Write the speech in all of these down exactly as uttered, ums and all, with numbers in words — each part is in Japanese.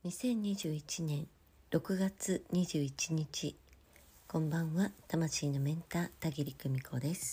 にせんにじゅういちねんろくがつにじゅういちにち、こんばんは。魂のメンター田切久美子です。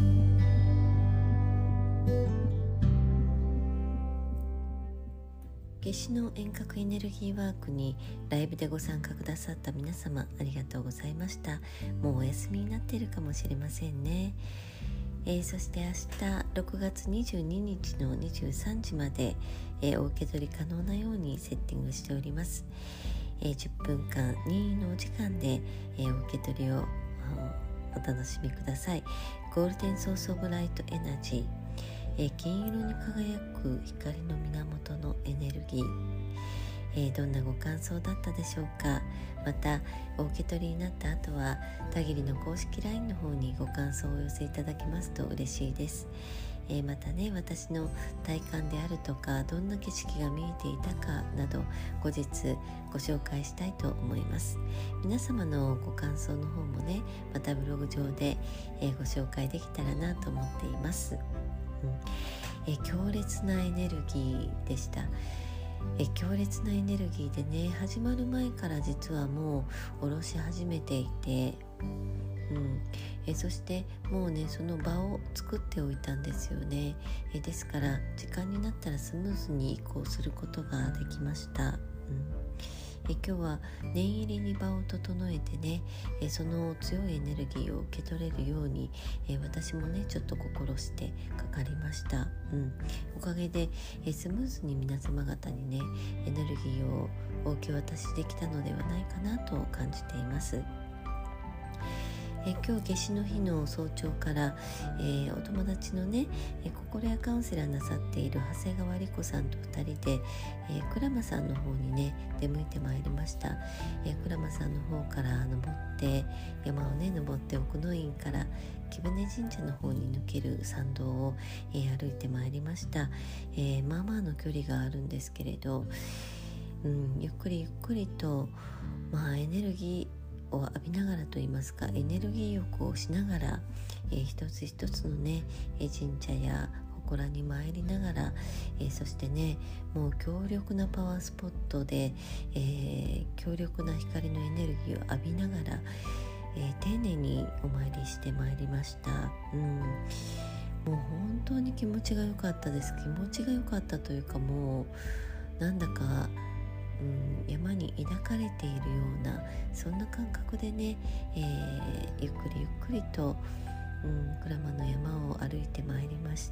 夏至の遠隔エネルギーワークにライブでご参加くださった皆様、ありがとうございました。もうお休みになっているかもしれませんね。えー、そして明日ろくがつにじゅうににちのにじゅうさんじまで、えー、お受け取り可能なようにセッティングしております。えー、じゅっぷんかん任意のお時間で、えー、お受け取りをお楽しみください。ゴールデンソースオブライトエナジー、えー、金色に輝く光の源のエネルギー、えー、どんなご感想だったでしょうか。またお受け取りになった後は田切の公式 ライン の方にご感想をお寄せいただけますと嬉しいです。えー、またね、私の体感であるとか、どんな景色が見えていたかなど後日ご紹介したいと思います。皆様のご感想の方もね、またブログ上で、えー、ご紹介できたらなと思っています。うんえー、強烈なエネルギーでした。え強烈なエネルギーでね、始まる前から実はもう下ろし始めていて、うんえそしてもうね、その場を作っておいたんですよね。えですから時間になったらスムーズに移行することができました。うんえ今日は念入りに場を整えてね、えその強いエネルギーを受け取れるように、え私もねちょっと心してかかりました。うん、おかげでえスムーズに皆様方にねエネルギーをお受け渡しできたのではないかなと感じています。え今日夏至の日の早朝から、えー、お友達のね、え心やカウンセラーなさっている長谷川理子さんとふたりで、えー、鞍馬さんの方にね出向いてまいりました。えー、鞍馬さんの方から登って山をね登って奥の院から貴船神社の方に抜ける参道を、えー、歩いてまいりました。えー、まあまあの距離があるんですけれど、うん、ゆっくりゆっくりと、まあ、エネルギーを浴びながらといいますか、エネルギー浴をしながら、えー、一つ一つのね、えー、神社や祠に参りながら、えー、そしてね、もう強力なパワースポットで、えー、強力な光のエネルギーを浴びながら、えー、丁寧にお参りしてまいりました。うん、もう本当に気持ちが良かったです。気持ちが良かったというか、もうなんだかうん、山に抱かれているような、そんな感覚でね、えー、ゆっくりゆっくりと、うん、鞍馬の山を歩いてまいりました。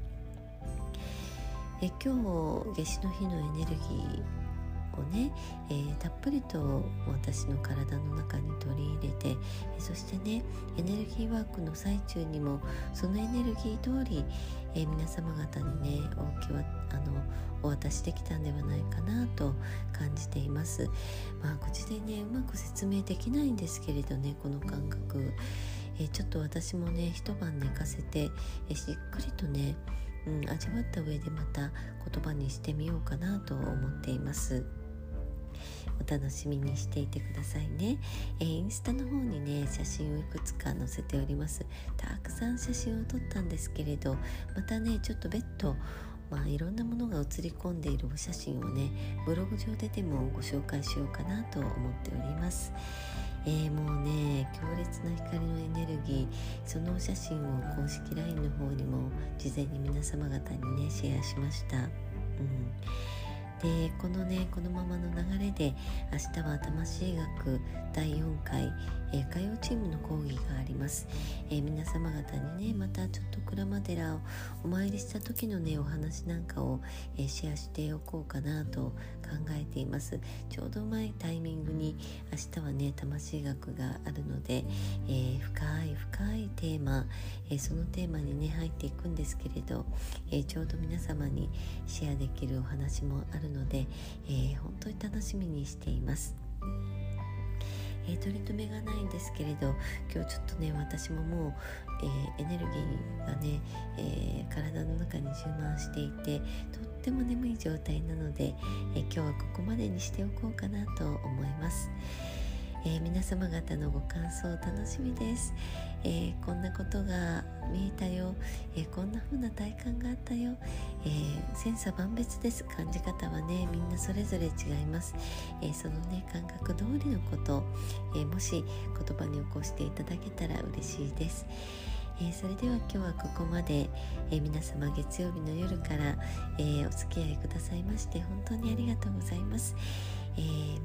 え今日夏至の日のエネルギーをね、えー、たっぷりと私の体の中に取り入れて、そしてねエネルギーワークの最中にもそのエネルギー通り、えー、皆様方にねお受けはあのお渡しできたんではないかなと感じています。まあ口でねうまく説明できないんですけれどね、この感覚、えー、ちょっと私もね一晩寝かせて、えー、しっくりとね、うん、味わった上でまた言葉にしてみようかなと思っています。お楽しみにしていてくださいね。えー、インスタの方にね写真をいくつか載せております。たくさん写真を撮ったんですけれど、またねちょっと別途まあいろんなものが写り込んでいるお写真をねブログ上ででもご紹介しようかなと思っております。えー、もうね強烈な光のエネルギー、そのお写真を公式 ライン の方にも事前に皆様方にねシェアしました。うんでこのねこのままの流れで明日は魂学だいよんかい、えー、歌謡チームの講義があります。えー、皆様方にねまたちょっと鞍馬寺をお参りした時のねお話なんかを、えー、シェアしておこうかなと考えています。ちょうど前タイミングに明日はね魂学があるので、えー、深い深いテーマ、えー、そのテーマにね入っていくんですけれど、えー、ちょうど皆様にシェアできるお話もあるので、えー、本当に楽しみにしています。えー、取り留めがないんですけれど、今日ちょっとね私ももう、えー、エネルギーがね、えー、体の中に充満していてとっても眠い状態なので、えー、今日はここまでにしておこうかなと思います。 えー、皆様方のご感想楽しみです。えー、こんなことが見えたよ、えー、こんな風な体感があったよ、えー、千差万別です。感じ方はねみんなそれぞれ違います。えー、そのね感覚通りのことを、えー、もし言葉に起こしていただけたら嬉しいです。えー、それでは今日はここまで、えー、皆様月曜日の夜から、えー、お付き合いくださいまして本当にありがとうございます。えー、